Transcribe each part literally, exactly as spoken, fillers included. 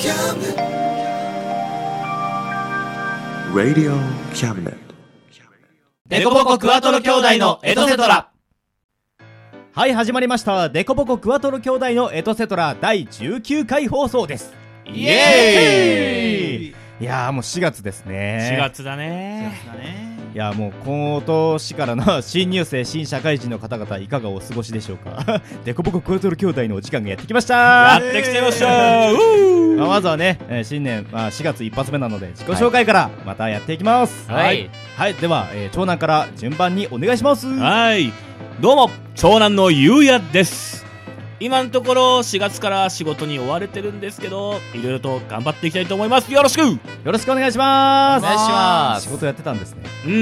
Radio Cabinet。 デコボコクワトロ兄弟のエトセトラ。 はい、始まりました。デコボコクワトロ兄弟のエトセトラだいじゅうきゅうかい放送です。 イエーイ。 いやーもうしがつですね。 しがつだね。 しがつだね。 いやーもう今年からの新入生新社会人の方々いかがお過ごしでしょうか。デコボコクワトロ兄弟のお時間がやってきました。 やってきちゃいましたー。 まあ、まずはね、えー、新年、まあ、しがつ一発目なので自己紹介からまたやっていきます。 はい、 はい、では、えー、長男から順番にお願いします。 はい、どうも長男のゆうやです。今のところしがつから仕事に追われてるんですけど、いろいろと頑張っていきたいと思います。よろしくよろしくお願いします。 お願いします。 仕事やってたんですね。 うん、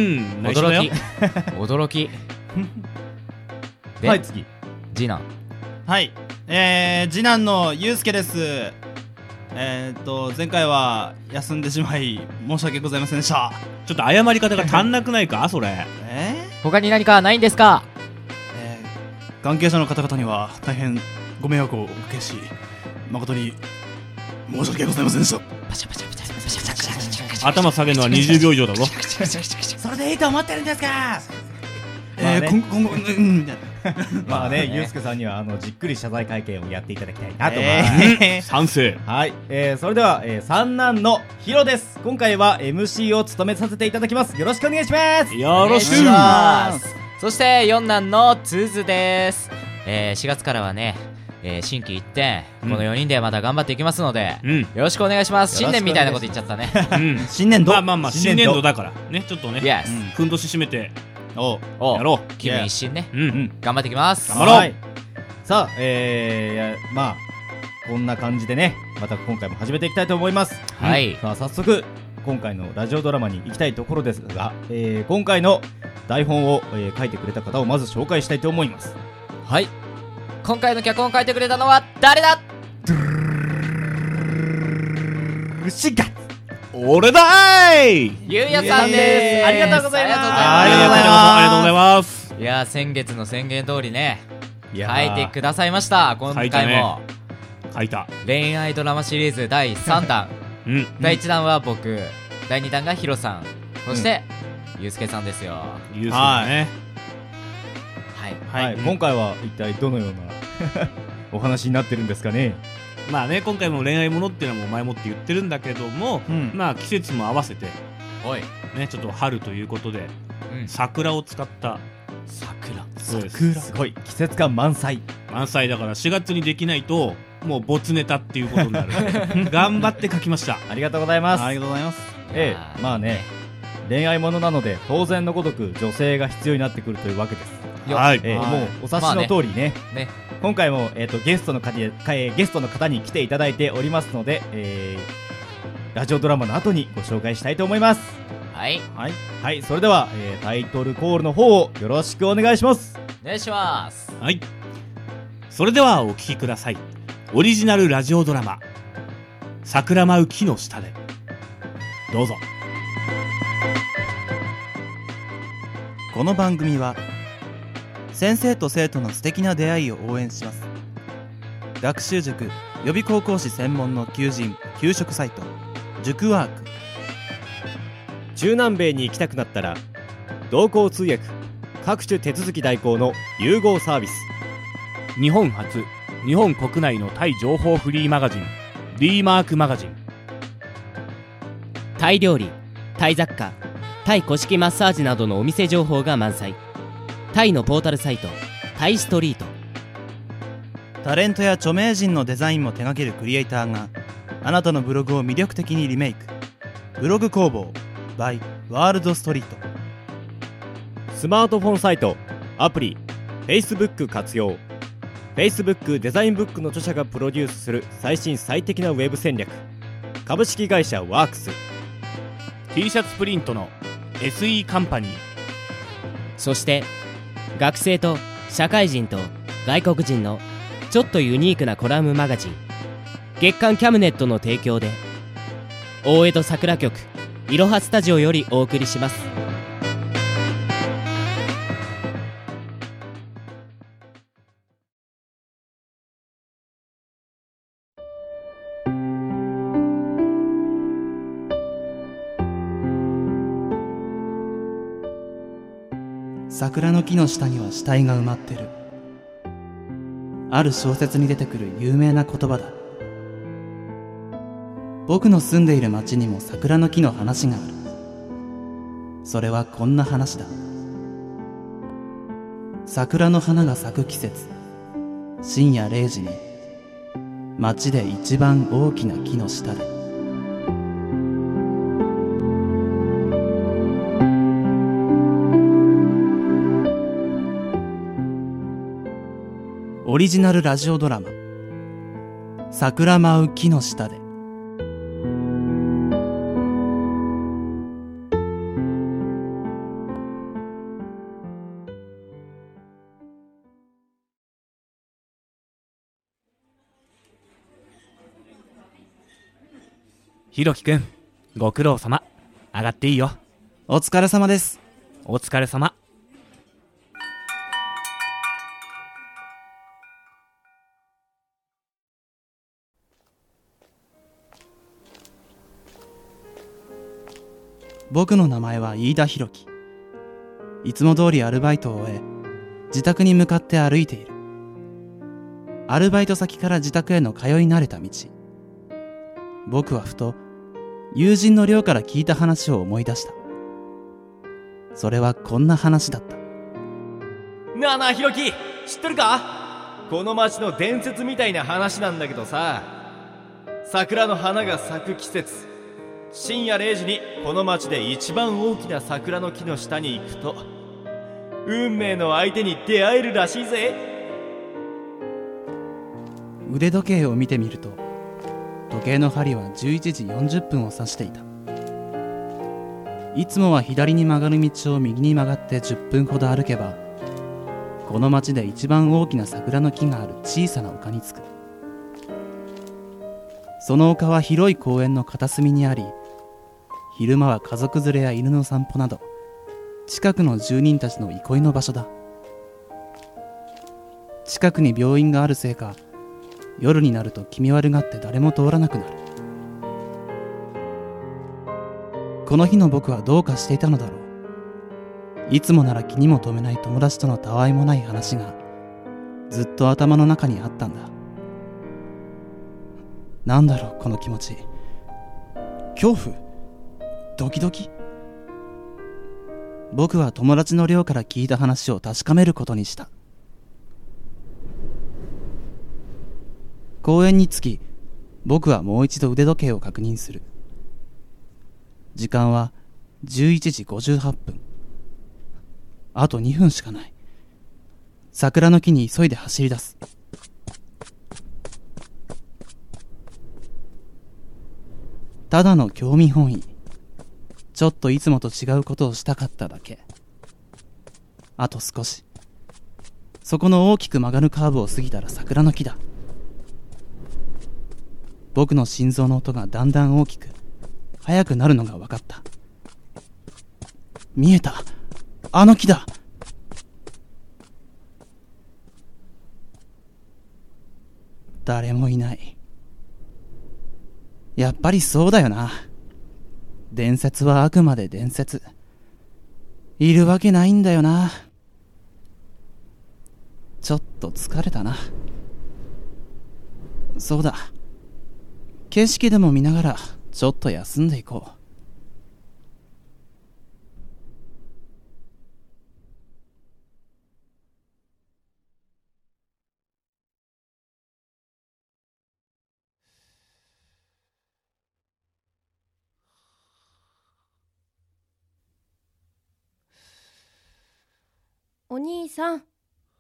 驚き驚きはい、次次男。 はい、えー、次男のゆうすけです。えーっと前回は休んでしまい申し訳ございませんでした。 ちょっと謝り方が足んなくないかそれ。 えー、 他に何かないんですか？ えー、関係者の方々には大変ご迷惑をおかけし誠に申し訳ございませんでした。 パシャパシャパシャパシャパシャパシャパシャ。 頭下げるのはにじゅうびょう以上だぞ。 それでいいと思ってるんですか？ えー、今今後うんまあね、ゆうすけさんにはあのじっくり謝罪会見をやっていただきたいなと思います、 えー、 賛成。 はい、えー、それでは、えー、三男のヒロです。今回は エムシー を務めさせていただきます。よろしくお願いします。 よろしく。 そして四男のつづです。えー、しがつからはね、えー、心機一転、うん、このよにんでまた頑張っていきますので、うん、よろしくお願いします。新年みたいなこと言っちゃったね。 うん、 新年度。 まあまあまあ新年度だからね、ちょっとね、 yes. うん、ふんどし締めておおやろう。 気分一新ね、 うんうん、 頑張っていきます。 頑張ろう、はい、 さあ、えー、まあこんな感じでね、また今回も始めていきたいと思います。 はい、 うん、さあ早速今回のラジオドラマに行きたいところですが、えー、今回の台本を、えー、書いてくれた方をまず紹介したいと思います。 はい、今回の脚本を書いてくれたのは誰だ？ しが俺だーい、 ゆうやさんです。 ありがとうございます。 ありがとうございます。ありがとうございます。 いやー、先月の宣言通りね、書いてくださいました。今回も書いた、ね、 恋愛ドラマシリーズだいさんだん、うん、だいいちだんは僕、だいにだんがヒロさん、そして、うん、ゆうすけさんですよ。 ゆうすけさんね。 はい、 はいはい、今回は一体どのようなお話になってるんですかね。 まあね、今回も恋愛ものっていうのも前もって言ってるんだけども、うん、まあ季節も合わせておいね、ちょっと春ということで、うん、桜を使った桜桜すごい季節感満載満載だからしがつにできないともう没ネタっていうことになる頑張って書きました。 ありがとうございます。 ありがとうございます。 ええ、まあね、恋愛ものなので当然のごとく女性が必要になってくるというわけです。 はい、 えー、もうお察しの通りね、 まあ、ねね、 今回も、えー、とゲストの方に、えー、ゲストの方に来ていただいておりますので、えー、ラジオドラマの後にご紹介したいと思います。 はいはい、はい、それでは、えー、タイトルコールの方をよろしくお願いします。 お願いします。 はい、それではお聴きください。オリジナルラジオドラマ桜舞う木の下で、どうぞ。 この番組は先生と生徒の素敵な出会いを応援します。学習塾予備高校師専門の求人・給食サイト塾ワーク。 中南米に行きたくなったら同行通訳各種手続き代行の融合サービス。 日本初、日本国内のタイ情報フリーマガジン D マークマガジン。 タイ料理、タイ雑貨、タイ古式マッサージなどのお店情報が満載。タイのポータルサイトタイストリート。 タレントや著名人のデザインも手掛けるクリエイターがあなたのブログを魅力的にリメイク。ブログ工房 by ワールドストリート。 スマートフォンサイト、アプリ、Facebook 活用。Facebook デザインブックの著者がプロデュースする最新最適なウェブ戦略。株式会社ワークス。 T シャツプリントの エスイー カンパニー。 そして学生と社会人と外国人のちょっとユニークなコラムマガジン月刊キャムネットの提供で大江戸桜局いろはスタジオよりお送りします。 桜の木の下には死体が埋まってる。ある小説に出てくる有名な言葉だ。僕の住んでいる町にも桜の木の話がある。それはこんな話だ。桜の花が咲く季節、深夜れいじに町で一番大きな木の下で。オリジナルラジオドラマ「桜舞う木の下で」。 ひろきくん、ご苦労様。上がっていいよ。 お疲れ様です。 お疲れ様。 僕の名前は飯田弘樹。いつも通りアルバイトを終え、自宅に向かって歩いている。アルバイト先から自宅への通い慣れた道。僕はふと友人の寮から聞いた話を思い出した。それはこんな話だった。 なあなあひろき、知ってるか？この町の伝説みたいな話なんだけどさ、桜の花が咲く季節、深夜れいじにこの町で一番大きな桜の木の下に行くと運命の相手に出会えるらしいぜ。 腕時計を見てみると、時計の針はじゅういちじよんじゅっぷんを指していた。いつもは左に曲がる道を右に曲がってじゅっぷんほど歩けば、この町で一番大きな桜の木がある小さな丘に着く。その丘は広い公園の片隅にあり、昼間は家族連れや犬の散歩など近くの住人たちの憩いの場所だ。近くに病院があるせいか、夜になると気味悪がって誰も通らなくなる。この日の僕はどうかしていたのだろう。いつもなら気にも留めない友達とのたわいもない話がずっと頭の中にあったんだ。なんだろうこの気持ち。恐怖？ドキドキ？僕は友達の寮から聞いた話を確かめることにした。公園に着き、僕はもう一度腕時計を確認する。時間はじゅういちじごじゅうはっぷん。あとにふんしかない。桜の木に急いで走り出す。ただの興味本位。ちょっといつもと違うことをしたかっただけ。あと少し。そこの大きく曲がるカーブを過ぎたら桜の木だ。僕の心臓の音がだんだん大きく速くなるのが分かった。見えた、あの木だ。誰もいない。やっぱりそうだよな。伝説はあくまで伝説。いるわけないんだよな。ちょっと疲れたな。そうだ、景色でも見ながらちょっと休んでいこう。 お兄さん、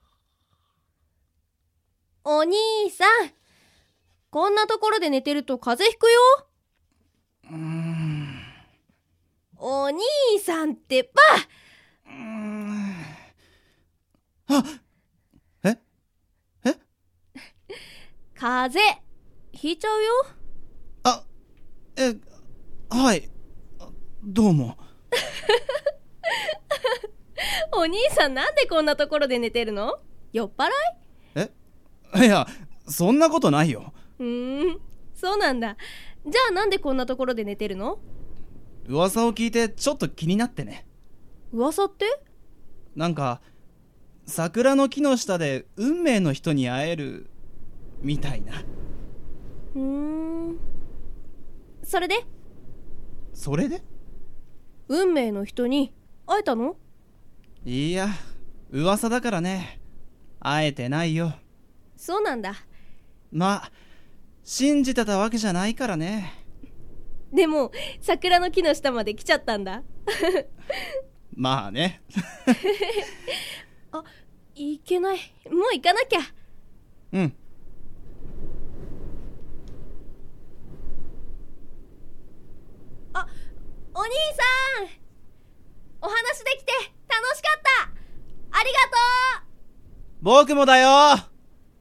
お兄さん、こんなところで寝てると風邪ひくよ。 うーん、 お兄さんってば。 うーん、あ、ええ風邪ひいちゃうよ。 あ、え、はい、どうも。 お兄さん、なんでこんなところで寝てるの？酔っ払い？ え、いや、そんなことないよ。 うーん、そうなんだ。じゃあなんでこんなところで寝てるの？ 噂を聞いてちょっと気になってね。 噂って？ なんか桜の木の下で運命の人に会えるみたいな。 うーん。それでそれで運命の人に会えたの？ いや、噂だからね。会えてないよ。 そうなんだ。 まあ信じてたわけじゃないからね。 でも桜の木の下まで来ちゃったんだ。 まあね。 あ、いけない。もう行かなきゃ。 うん。 あ、お兄さん、お話できて楽しかった。ありがとう。 僕もだよ。 またね。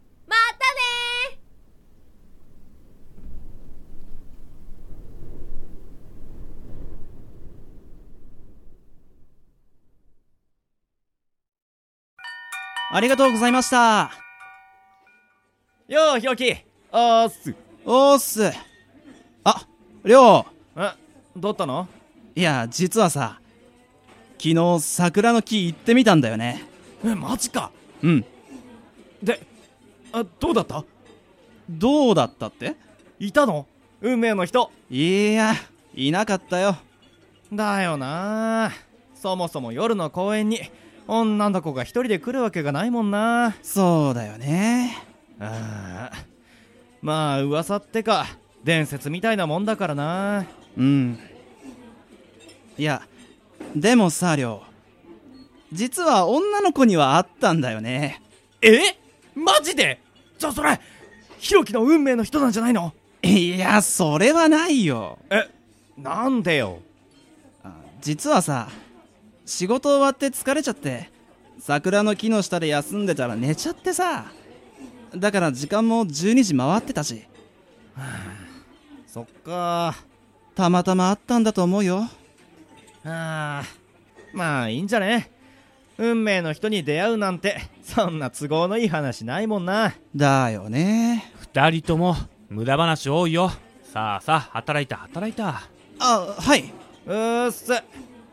ありがとうございました。 ようひろき、おーっす。 おーっす。あ、りょう。 え、どうったの？ いや、実はさ、昨日桜の木行ってみたんだよね。 え、マジか。 うん。 で、あ、どうだった？ どうだったって？ いたの？運命の人。 いや、いなかったよ。 だよな。そもそも夜の公園に女の子が一人で来るわけがないもんな。 そうだよね。 ああ、まあ噂ってか伝説みたいなもんだからな。 うん。いや、でもさ、りょう、実は女の子にはあったんだよね。 え？マジで？じゃあそれひろきの運命の人なんじゃないの？ いや、それはないよ。 え、なんでよ。 実はさ、仕事終わって疲れちゃって桜の木の下で休んでたら寝ちゃってさ。だから時間もじゅうにじ回ってたし。 はあ、そっか。 たまたまあったんだと思うよ。 ああ、まあいいんじゃね。運命の人に出会うなんてそんな都合のいい話ないもんな。 だよね。 二人とも無駄話多いよ。さあさあ、働いた働いた。 あ、はい。 うーっす。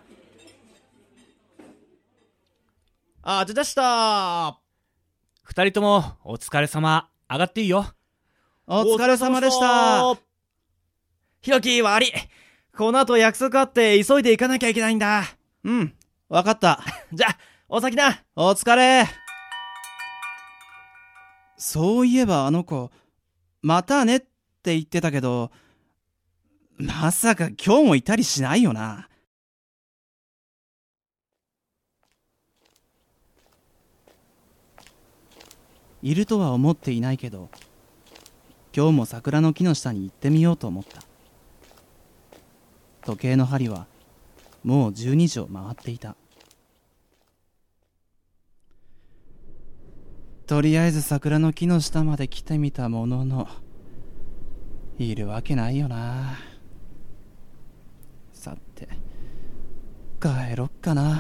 あじゃじゃした二人ともお疲れ様。上がっていいよ。 お疲れ様でした。 ひろき悪い。この後約束あって急いで行かなきゃいけないんだ。 うん、わかった。 じゃお先だ。 お疲れ。そういえばあの子またねって言ってたけど、まさか今日もいたりしないよな。いるとは思っていないけど、今日も桜の木の下に行ってみようと思った。時計の針はもうじゅうにじを回っていた。とりあえず桜の木の下まで来てみたものの、いるわけないよな。さて帰ろっかな。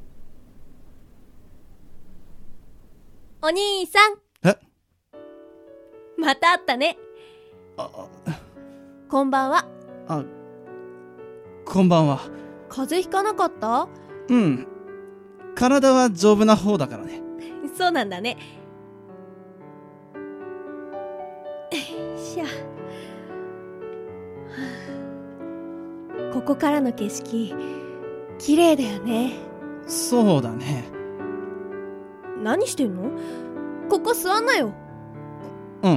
お兄さん。 え？ また会ったね。 あ、 こんばんは。 あ、こんばんは。 風邪ひかなかった？ うん、体は丈夫な方だからね。 そうなんだね。しゃ、ここからの景色綺麗だよね。 そうだね。 何してんの？ここ座んなよ。 うん。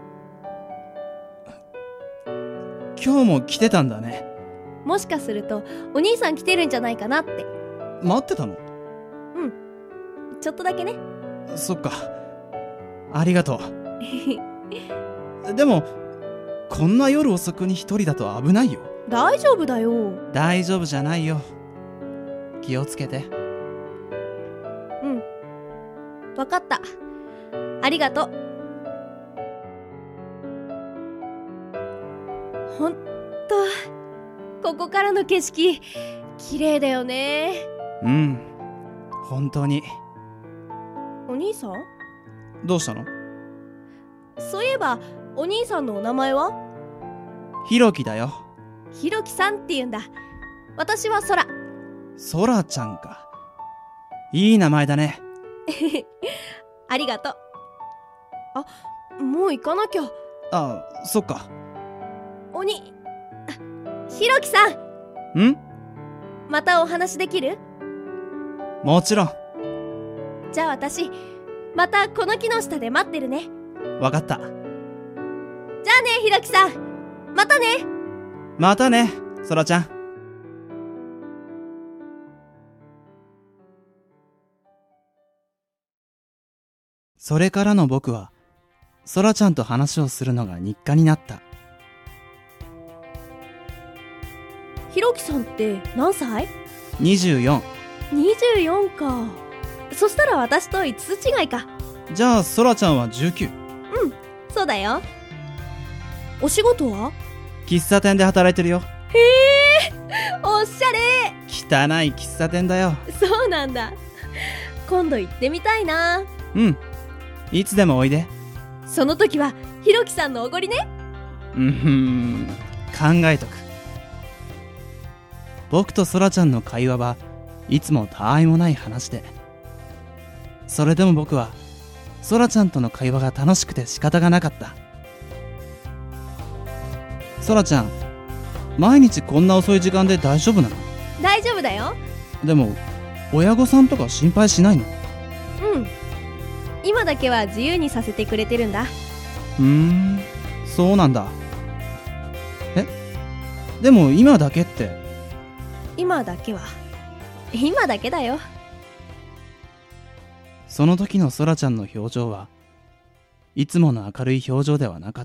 今日も来てたんだね。 もしかするとお兄さん来てるんじゃないかなって。 待ってたの？ うん、ちょっとだけね。 そっか、ありがとう。でもこんな夜遅くに一人だと危ないよ。 大丈夫だよ。 大丈夫じゃないよ。気をつけて。 うん、わかった。ありがとう。ほんとここからの景色綺麗だよね。 うん、本当に。 お兄さん？ どうしたの？ そういえばお兄さんのお名前は？ ひろきだよ。 ひろきさんって言うんだ。私はそら。 そらちゃんか。 いい名前だね。 ありがとう。あ、もう行かなきゃ。 あ、そっか。 おに、ひろきさん。 ん？ またお話できる？ もちろん。 じゃあ私、またこの木の下で待ってるね。 わかった。 じゃあね、ひろきさん。またね。 またね、そらちゃん。それからの僕は、そらちゃんと話をするのが日課になった。 ひろきさんって何歳？ にじゅうよん。 にじゅうよんか。そしたら私といつつ違いか。 じゃあそらちゃんはじゅうきゅう。 うん、そうだよ。お仕事は？ 喫茶店で働いてるよ。 へえ、おしゃれ。 汚い喫茶店だよ。 そうなんだ。今度行ってみたいな。 うん、いつでもおいで。 その時はひろきさんのおごりね。 うーん、考えとく。僕とそらちゃんの会話はいつもたわいもない話で、それでも僕はそらちゃんとの会話が楽しくて仕方がなかった。そらちゃん、毎日こんな遅い時間で大丈夫なの？ 大丈夫だよ。 でも親御さんとか心配しないの？ うん、今だけは自由にさせてくれてるんだ。 うーん、そうなんだ。え、でも今だけって。 今だけは今だけだよ。 その時のそらちゃんの表情はいつもの明るい表情ではなかった。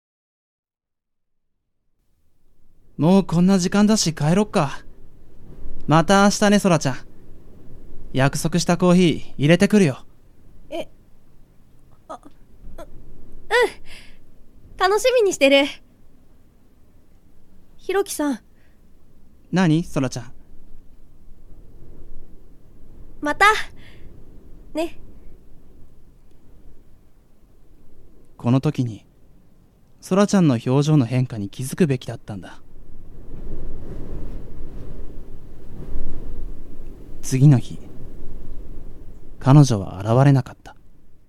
もうこんな時間だし帰ろっか。また明日ね、そらちゃん。約束したコーヒー入れてくるよ。 え、あ、う、うん、楽しみにしてる。ひろきさん。 何、そらちゃん。 またね。 この時にそらちゃんの表情の変化に気づくべきだったんだ。次の日、彼女は現れなかった。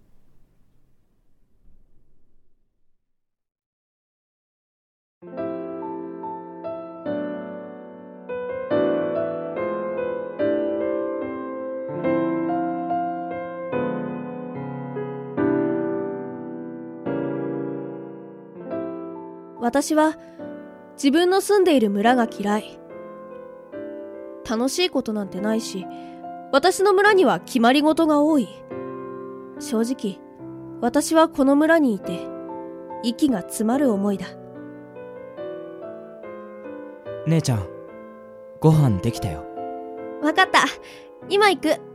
私は自分の住んでいる村が嫌い。楽しいことなんてないし、私の村には決まり事が多い。正直、私はこの村にいて息が詰まる思いだ。 姉ちゃん、ご飯できたよ。 わかった、今行く。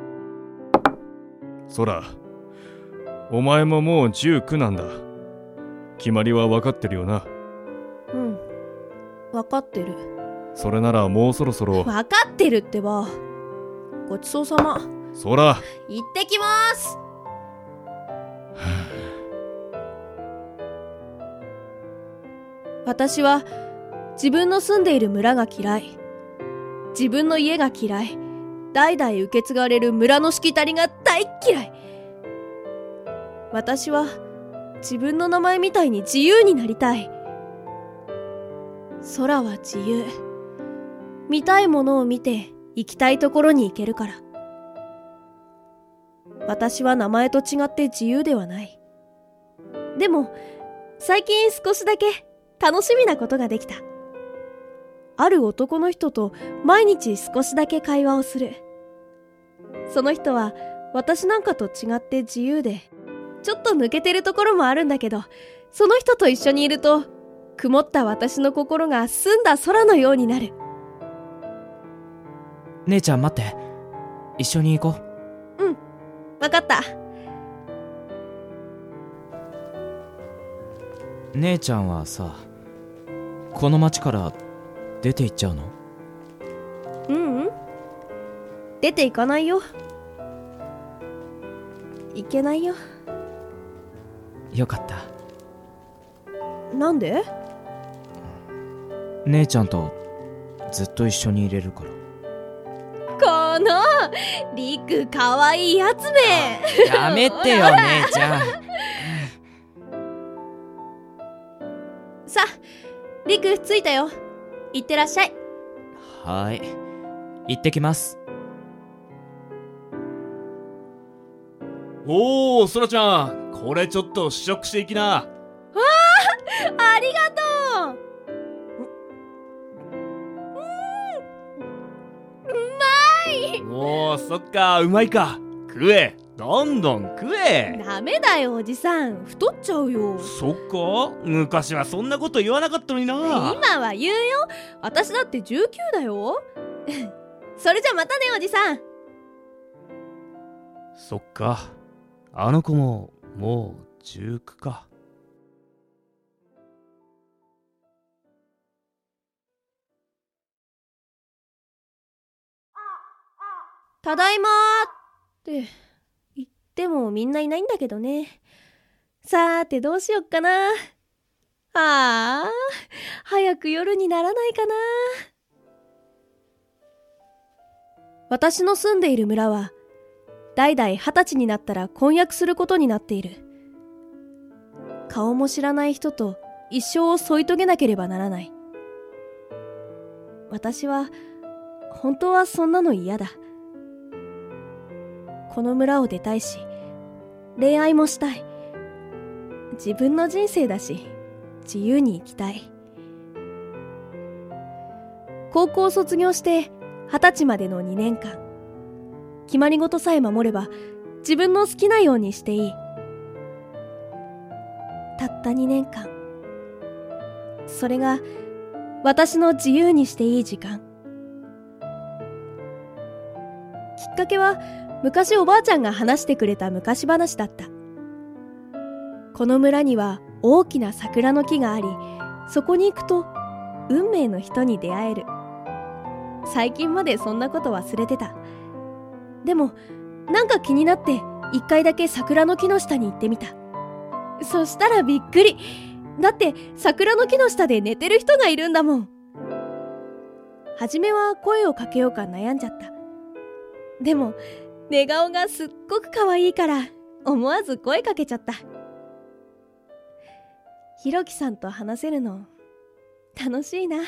そら、お前ももうじゅうきゅうなんだ。決まりは分かってるよな。 うん、分かってる。 それならもうそろそろ。 分かってるってば。ごちそうさま。 そら、 行ってきまーす。私は自分の住んでいる村が嫌い。自分の家が嫌い。代々受け継がれる村のしきたりが大嫌い。私は自分の名前みたいに自由になりたい。空は自由。見たいものを見て行きたいところに行けるから。私は名前と違って自由ではない。でも最近少しだけ楽しみなことができた。ある男の人と毎日少しだけ会話をする。その人は私なんかと違って自由で、ちょっと抜けてるところもあるんだけど、その人と一緒にいると曇った私の心が澄んだ空のようになる。 姉ちゃん待って、一緒に行こう。うん、わかった。 姉ちゃんはさ、この町から出て行っちゃうの？ ううん、出て行かないよ。行けないよ。 よかった。 なんで？ 姉ちゃんとずっと一緒にいれるから。 かこのリクかわいいやつめ。 やめてよ姉ちゃん。 さあリク着いたよ。行ってらっしゃい。 はい、行ってきます。 おー、そらちゃん、これちょっと試食していきな。 わあ、ありがとう。うーん、うまい。 おー、そっか、うまいか。食え、どんどん食え。 ダメだよおじさん、太っちゃうよ。 そっか、昔はそんなこと言わなかったのにな。 今は言うよ。私だってじゅうきゅうだよ。それじゃまたねおじさん。 そっか、あの子ももうじゅうきゅうか。 ただいまーって言ってもみんないないんだけどね。さーてどうしよっかな。あー、早く夜にならないかな。私の住んでいる村は代々二十歳になったら婚約することになっている。顔も知らない人と一生を添い遂げなければならない。私は本当はそんなの嫌だ。この村を出たいし、恋愛もしたい。自分の人生だし、自由に生きたい。高校を卒業して二十歳までのにねんかん、決まり事さえ守れば自分の好きなようにしていい。たったにねんかん、それが私の自由にしていい時間。きっかけは昔おばあちゃんが話してくれた昔話だった。この村には大きな桜の木があり、そこに行くと運命の人に出会える。最近までそんなこと忘れてた。でもなんか気になって一回だけ桜の木の下に行ってみた。そしたらびっくり。だって桜の木の下で寝てる人がいるんだもん。はじめは声をかけようか悩んじゃった。でも寝顔がすっごく可愛いから思わず声かけちゃった。ひろきさんと話せるの楽しいな。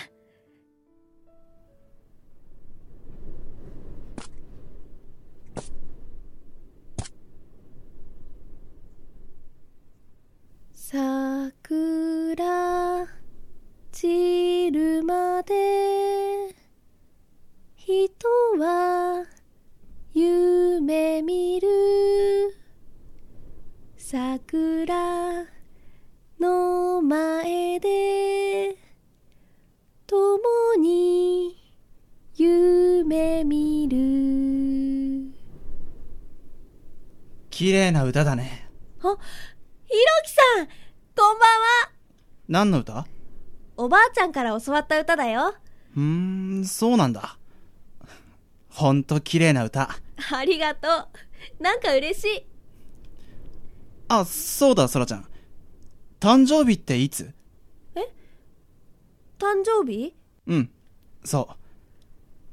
桜散るまで人は夢見る。桜の前で共に夢見る。 綺麗な歌だね。 あ、ひろきさん、こんばんは。 何の歌？ おばあちゃんから教わった歌だよ。 うーん、そうなんだ。ほんと綺麗な歌。 ありがとう。なんか嬉しい。 あ、そうだ、そらちゃん。誕生日っていつ？ え？誕生日？ うん、そう。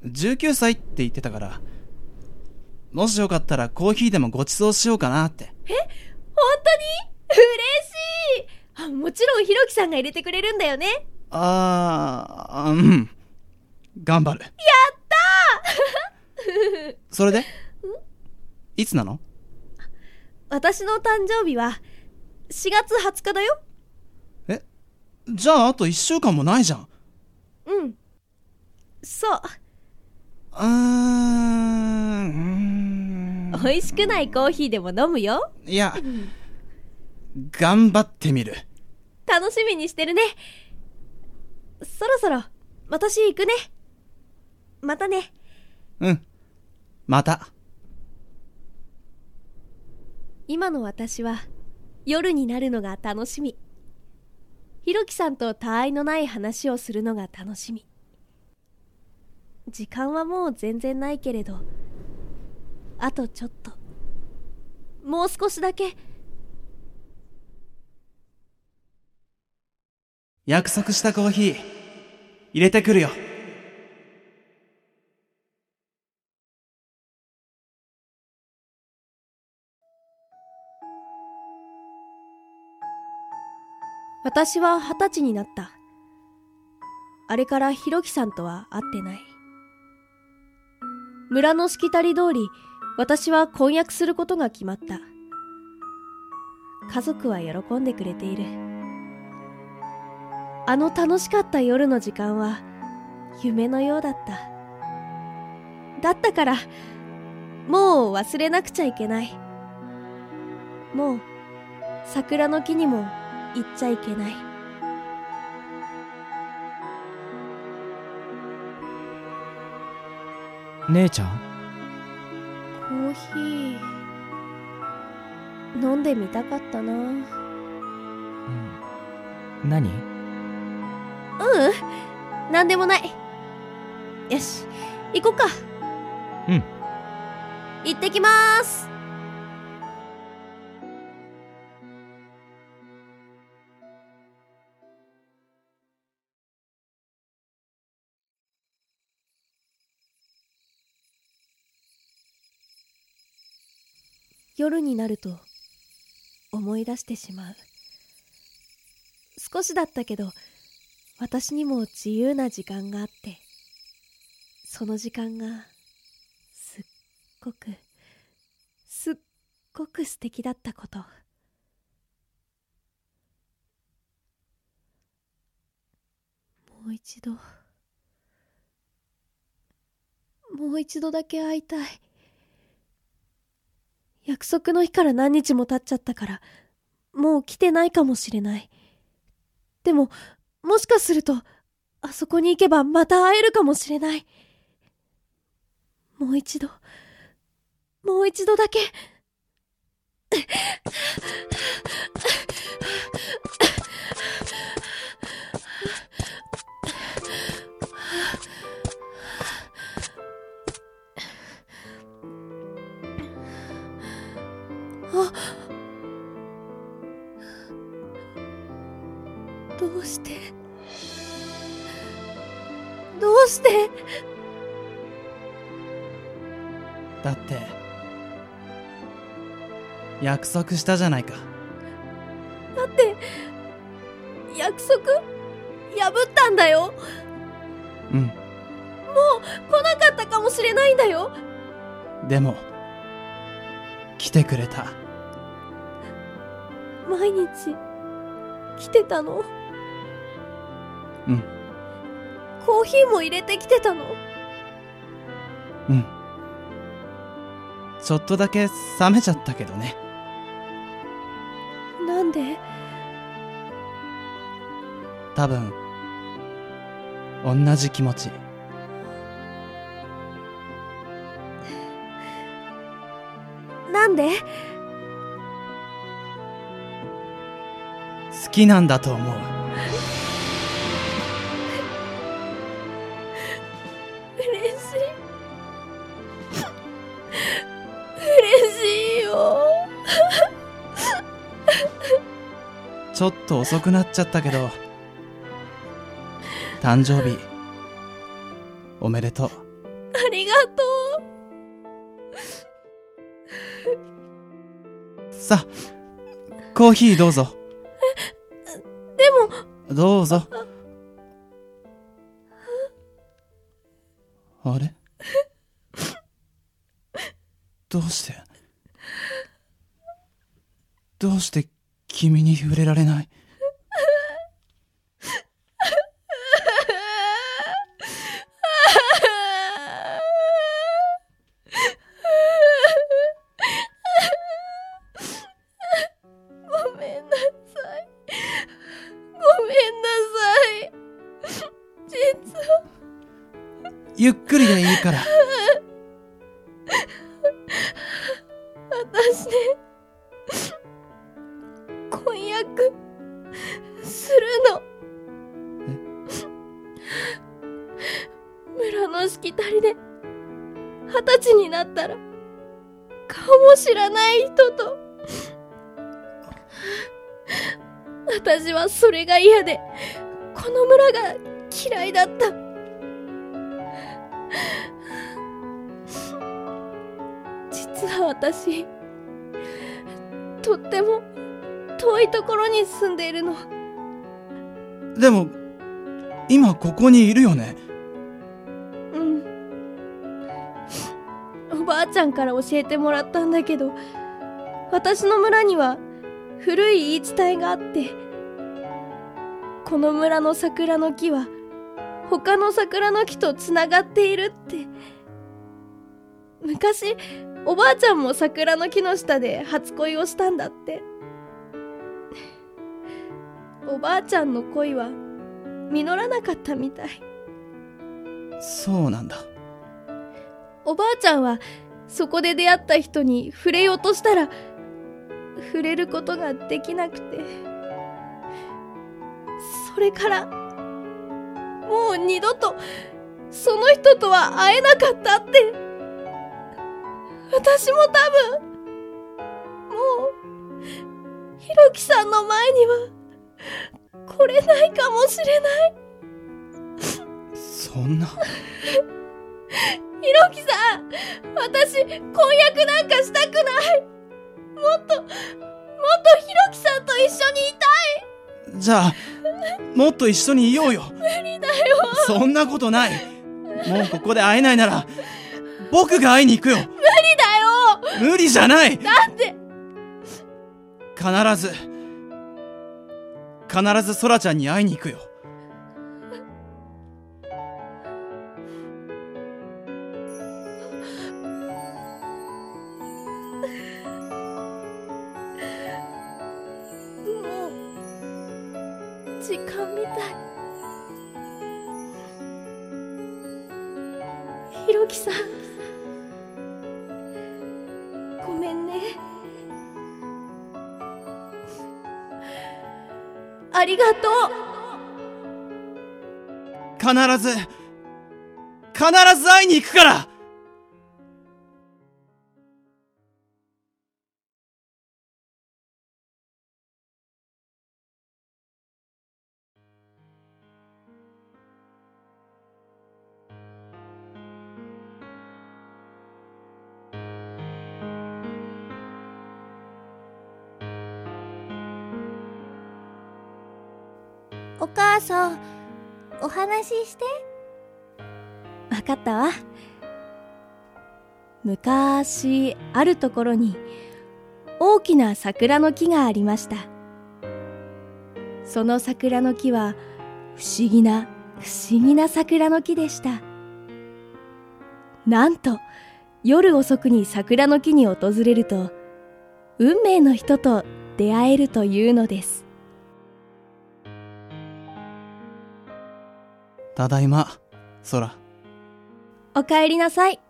じゅうきゅうさいって言ってたから、もしよかったらコーヒーでもご馳走しようかなって。 え？本当に？嬉しい。あ、もちろんひろきさんが入れてくれるんだよね。 あー、うん。頑張る。 やったーそれで？いつなの？ 私の誕生日はしがつはつかだよ。 え？じゃああといっしゅうかんもないじゃん。 うん。そう。 うーん、うーん。 美味しくないコーヒーでも飲むよ。 いや、頑張ってみる。 楽しみにしてるね。そろそろ私行くね。またね。 うん、また。 今の私は夜になるのが楽しみ。ひろきさんと他愛のない話をするのが楽しみ。時間はもう全然ないけれど、あとちょっと、もう少しだけ。 約束したコーヒー入れてくるよ。 私は二十歳になった。あれからひろきさんとは会ってない。村のしきたり通り、私は婚約することが決まった。家族は喜んでくれている。あの楽しかった夜の時間は夢のようだった。だったから、もう忘れなくちゃいけない。もう桜の木にも行っちゃいけない。 姉ちゃん？ コーヒー飲んでみたかったな。うん、 何？ ううん、なんでもない。よし、行こっか。 うん。 行ってきまーす。夜になると思い出してしまう。少しだったけど、私にも自由な時間があって、その時間がすっごくすっごく素敵だったこと。もう一度もう一度だけ会いたい。約束の日から何日も経っちゃったから、もう来てないかもしれない。でも、もしかすると、あそこに行けばまた会えるかもしれない。もう一度、もう一度だけ。あ、どうしてどうしてだって約束したじゃないか。 だって約束破ったんだよ。 うん。 もう来なかったかもしれないんだよ。 でも来てくれた。 毎日来てたの？ うん。 コーヒーも入れてきてたの？ うん。ちょっとだけ冷めちゃったけどね。 なんで？ 多分同じ気持ち。 なんで？ 好きなんだと思う。 嬉しい嬉しいよ。 ちょっと遅くなっちゃったけど、誕生日おめでとう。 ありがとう。さあ、コーヒーどうぞ。 でも。 どうぞ。あれ？どうしてどうして君に触れられない？ ごめんなさい。ごめんなさい。実は。 ゆっくりでいいから。 私ね、婚約するの。村のしきたりで二十歳になったら顔も知らない人と。私はそれが嫌で、この村が嫌いだった。実は私、とっても遠いところに住んでいるの。 でも今ここにいるよね。 うん。おばあちゃんから教えてもらったんだけど、私の村には古い言い伝えがあって、この村の桜の木は他の桜の木とつながっているって。昔おばあちゃんも桜の木の下で初恋をしたんだって。おばあちゃんの恋は実らなかったみたい。 そうなんだ。 おばあちゃんはそこで出会った人に触れようとしたら触れることができなくて、それからもう二度とその人とは会えなかったって。私も多分もうひろきさんの前には来れないかもしれない。 そんな。 ひろきさん、私婚約なんかしたくない。もっともっとひろきさんと一緒にいたい。 じゃあもっと一緒にいようよ。 無理だよ。 そんなことない。もうここで会えないなら僕が会いに行くよ。無理だよ。 無理じゃない。 だって必ず必ずソラちゃんに会いに行くよ。 もう時間みたい。ひろきさん、ごめんね。ありがとう。 必ず必ず会いに行くから。 お母さん、お話しして。 わかったわ。昔あるところに大きな桜の木がありました。その桜の木は不思議な不思議な桜の木でした。なんと夜遅くに桜の木に訪れると運命の人と出会えるというのです。 ただいま、ソラ。 おかえりなさい。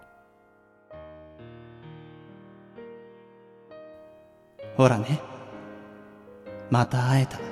ほらね、また会えた。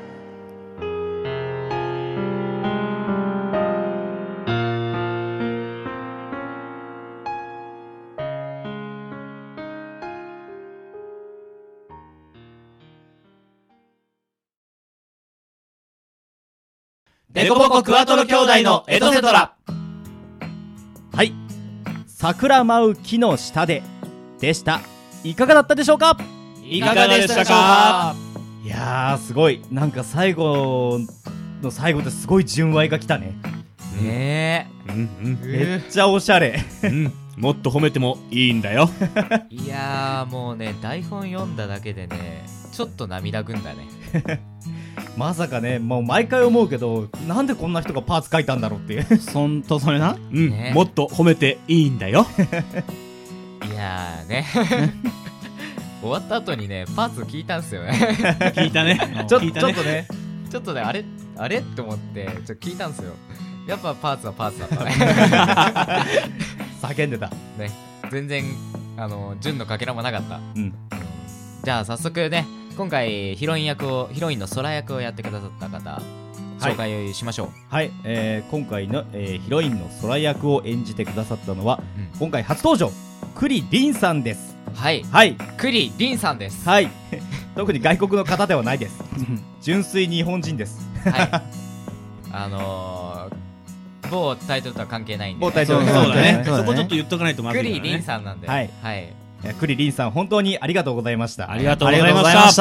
デコボコクワトロ兄弟のエトセトラ。はい、桜舞う木の下ででした。いかがだったでしょうか。 いかがでしたか。 いやー、すごい。なんか最後の最後ですごい純愛が来たね。 ねえ、うんうん、 めっちゃおしゃれ、 うん、もっと褒めてもいいんだよ。 いやー、もうね、台本読んだだけでね、ちょっと涙ぐんだね。 まさかね、もう毎回思うけど、なんでこんな人がパーツ書いたんだろうっていう。 そんとそれな、 うん、ね、もっと褒めていいんだよ。 いやーね終わった後にね、パーツ聞いたんすよね。 聞いたね。 ちょ, 聞いたねちょっとねちょっとね、あれあれって思ってちょっと聞いたんすよ。やっぱパーツはパーツだったね。 叫んでたね。全然あの純のかけらもなかった。 うん。 じゃあ早速ね、今回ヒロイン役をヒロインの空役をやってくださった方、紹介しましょう。 はい、はい、えー、今回の、えー、ヒロインの空役を演じてくださったのは、うん、今回初登場栗凛さんです。 はいはい栗凛さんです。 はい特に外国の方ではないです。純粋日本人です。 はいあのー、某タイトルとは関係ないんで、 某タイトル、 そうだね、そこちょっと言っとかないとまずいからね。 栗凛さんなんで、 はい、 はい、 栗凛さん本当にありがとうございました。 ありがとうございました。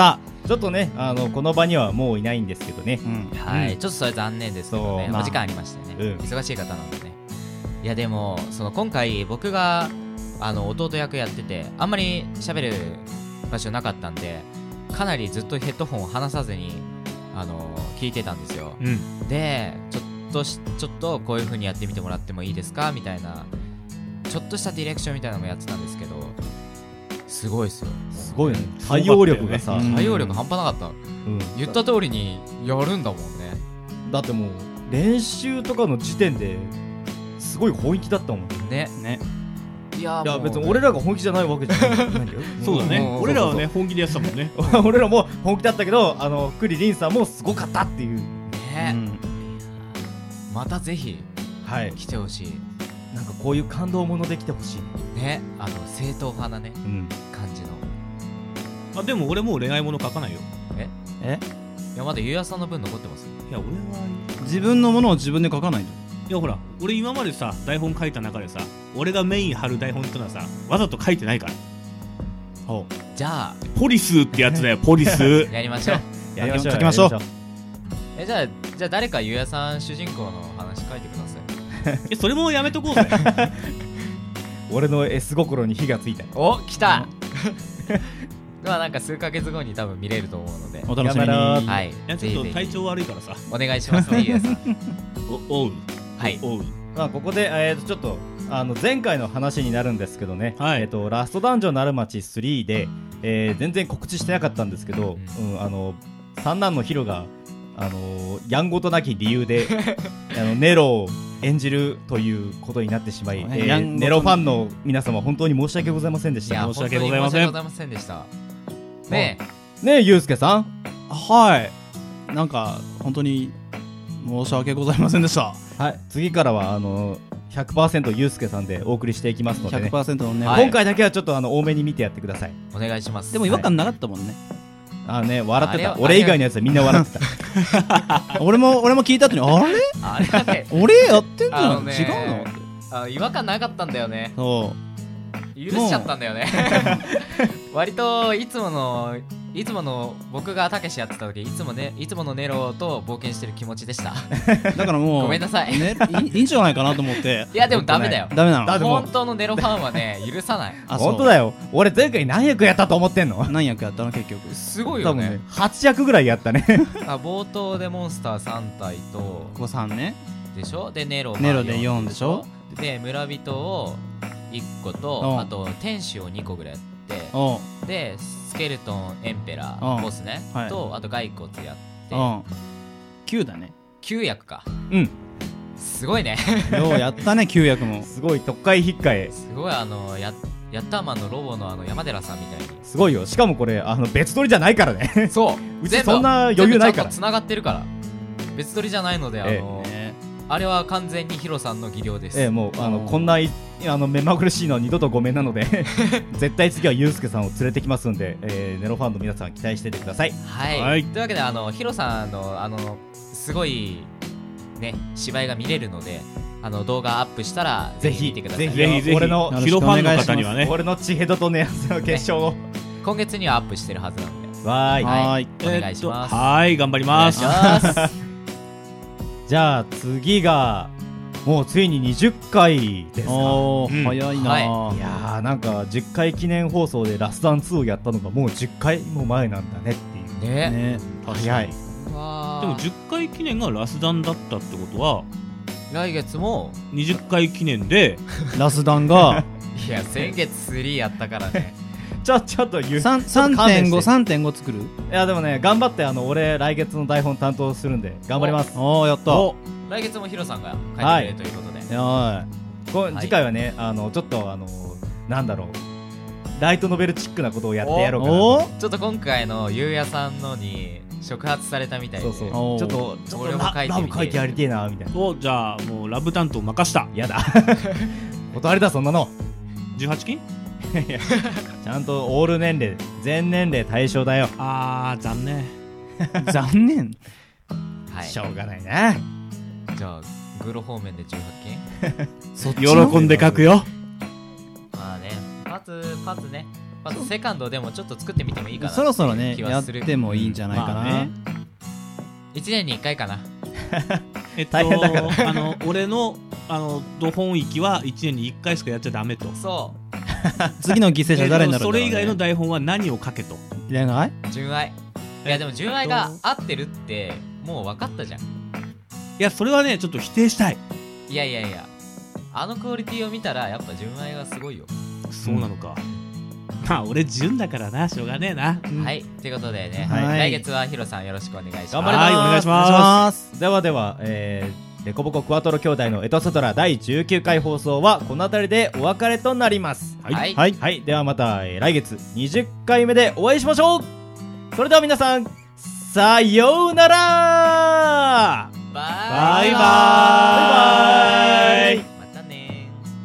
ちょっとねあのこの場にはもういないんですけどね、 うん、はい、うん、ちょっとそれ残念ですけどね、まあ、お時間ありましてね、うん、忙しい方なのでね。いやでもその今回僕があの弟役やっててあんまり喋る場所なかったんで、かなりずっとヘッドホンを離さずにあの聞いてたんですよ、うん、でちょっとしちょっとこういう風にやってみてもらってもいいですかみたいなちょっとしたディレクションみたいなのもやってたんですけど、すごいですよ。 すごいね、対応力がさ、 ね、対応力半端なかった、うん、言った通りにやるんだもんね。 だってもう練習とかの時点ですごい本気だったもんね。ねいや, いや別に俺らが本気じゃないわけじゃないないよそうだね、俺らはね本気でやってたもんね俺らも本気だったけど、あのクリリンさんもすごかったっていうね、 うん、またぜひ、はい、来てほしい。 なんかこういう感動ものできてほしいね、あの正統派なね、うん、感じの。 あでも俺もう恋愛もの書かないよ。 ええいやまだゆうやさんの分残ってます。 いや俺は自分のものを自分で書かないと。 いやほら俺今までさ台本書いた中でさ、俺がメイン張る台本ってのはさわざと書いてないから。 ほうじゃあポリスってやつだよポリスやりましょうやりましょう書きましょう。 えじゃあじゃあ誰かゆうやさん主人公の話書いてくださいえそれもやめとこうぜ俺の S 心に火がついた。 お来たまあなんか数ヶ月後に多分見れると思うのでお楽しみに。 はい、いやちょっと体調悪いからさお願いしますねゆうやさんおおうはいおう、 まあ、ここで、えー、とちょっとあの前回の話になるんですけどね、はいえー、とラストダンジョンなる町スリーで、えー、全然告知してなかったんですけど、うんうん、あの三男のヒロがあのやんごとなき理由であのネロを演じるということになってしまい、ねえー、ネロファンの皆様本当に申し訳ございませんでした。 申し訳ございません。申し訳ございませんでしたねえねえゆうすけさん。 はいなんか本当に申し訳ございませんでした。 はい次からはあの ひゃくパーセント ゆうすけさんでお送りしていきますので、ね、 ひゃくパーセント のね、 はい、今回だけはちょっとあの多めに見てやってください。 お願いします。 でも違和感なかったもんね、 はい、あね笑ってた。俺以外のやつはみんな笑ってた俺も俺も聞いた後にあれあれだね俺やってんじゃん、ね、違うのあ違和感なかったんだよね。 そう許しちゃったんだよね割といつものいつもの僕がたけしやってた時いつもねいつものネロと冒険してる気持ちでしただからもうごめんなさい、 ね、い, いいんじゃないかなと思っていやでもダメだよダメなの。 本当のネロファンはね許さないあ本当だよ。俺前回何役やったと思ってんの。 何役やったの結局。 すごいよね。 多分ねはち役ぐらいやったねあ冒頭でモンスターさん体とここさんねでしょ。でネロネロでよんでしょ。 で村人をいっことあと天使をにこぐらいやってでスケルトンエンペラーボスね、はい、とあと骸骨やってきゅうだね。 きゅう役か。 うんすごいねようやったねきゅう役もすごい特会引っかえ。 すごいあのやヤッターマンのロボのあの山寺さんみたいにすごいよ。しかもこれあの別撮りじゃないからねそううちそんな余裕ないから。 つながってるから別撮りじゃないので、あの、えー、あれは完全にヒロさんの技量です。 えー、もうあのこんないあの目まぐるしいのは二度とごめんなので絶対次はユウスケさんを連れてきますんで、えー、ネロファンの皆さん期待しててください。 はい、はい、というわけであのヒロさんのあのすごいね芝居が見れるので、あの動画アップしたらぜひ見てください。 ぜひぜひ俺のヒロファンの方にはね、 俺のチヘドとネアスの決勝を、ね、 今月にはアップしてるはずなので、 わーい、 はい、お願いします。 はい頑張ります。 じゃあ次がもうついににじゅっかいですか。 おー、うん、早いな、はい、 いやーなんかじゅっかい記念放送でラスダンツーをやったのがもうじゅっかいも前なんだねっていうね。 ね早い。 でもじゅっかい記念がラスダンだったってことは来月もにじゅっかい記念でラスダンがいや先月スリーやったからねちょちょっと言うさんてんご さんてんご 作る。いやでもね頑張ってあの俺来月の台本担当するんで頑張ります。 おおやった。 来月もヒロさんが書いてくれるということで、 はい、こ次回はねあのちょっとあのなんだろうライトノベルチックなことをやってやろうかなと。 ちょっと今回のゆうやさんのに触発されたみたいで、 そうそうちょっとちょっと俺も書いてみてラブ書いてやりてえなみたいな。 おじゃあもうラブ担当任した。 やだ断りだそんなの。 じゅうはちきんちゃんとオール年齢全年齢対象だよ。 あー残念残念はいしょうがないな。 じゃあグロ方面でじゅうはっけん喜んで書くよ。 まあねパツパツねまずセカンドでもちょっと作ってみてもいいかな。 そろそろねやってもいいんじゃないかな、まあね、 いちねんにいっかいかなえっと、あの俺のあのど本域はいちねんにいっかいしかやっちゃダメと。 そう次の犠牲者誰になるんだろうね。 それ以外の台本は何を書けと。 恋愛？ 純愛。いやでも純愛が合ってるってもう分かったじゃん。いやそれはねちょっと否定したい。 いやいやいや、あのクオリティを見たらやっぱ純愛がすごいよ。 そうなのか、うん、まあ俺純だからな、しょうがねえな、うん、 はい、ということでね、 はい、 来月はヒロさんよろしくお願いします。 頑張ります。 はい、お願いします。 ではでは、えー、デコボコクワトロ兄弟のエトセトラだいじゅうきゅうかい放送はこの辺りでお別れとなります。 はい、 はいはい、ではまた、えー、来月にじゅっかいめでお会いしましょう。それでは皆さんさようなら。 バイバイバイバイ。 またね。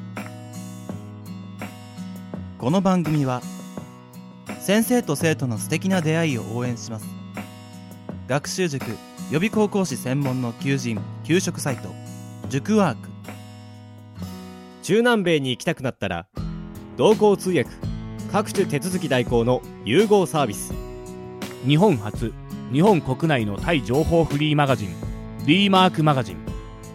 この番組は先生と生徒の素敵な出会いを応援します。学習塾予備高校師専門の求人・給食サイト塾ワーク。 中南米に行きたくなったら同行通訳各種手続き代行の融合サービス。 日本初日本国内のタイ情報フリーマガジン D マークマガジン。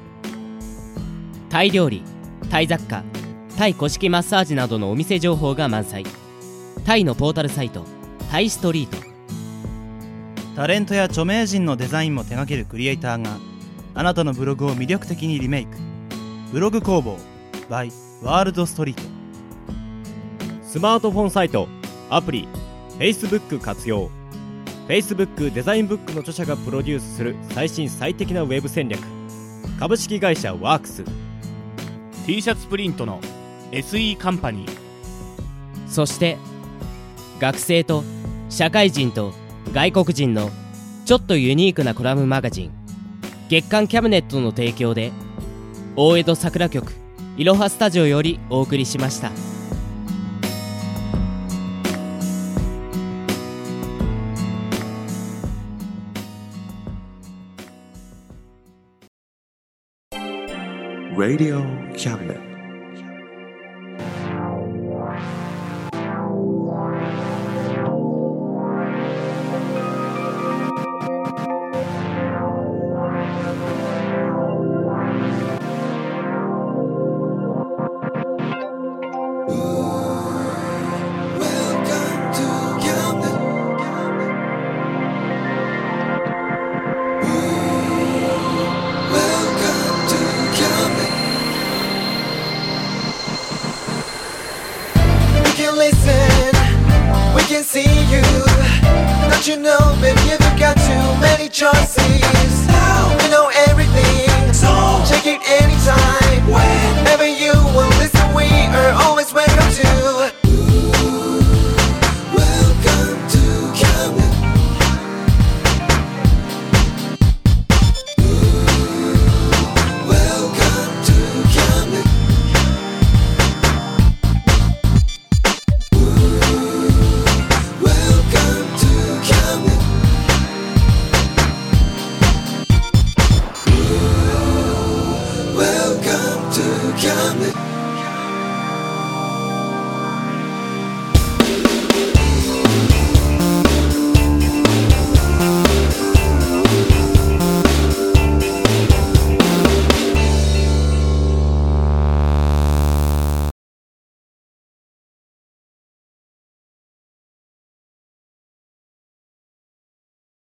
タイ料理、タイ雑貨、タイ古式マッサージなどのお店情報が満載。タイのポータルサイトタイストリート。 タレントや著名人のデザインも手掛けるクリエイターがあなたのブログを魅力的にリメイク。ブログ工房 by ワールドストリート。 スマートフォンサイト、アプリ、Facebook 活用。Facebook デザインブックの著者がプロデュースする最新最適なウェブ戦略。株式会社ワークス。 T シャツプリントの エスイー カンパニー。 そして学生と社会人と外国人のちょっとユニークなコラムマガジン月刊キャムネットの提供で大江戸桜局いろはスタジオよりお送りしました。 Radio Cabinet. See you, don't you know, baby, you've got too many choices.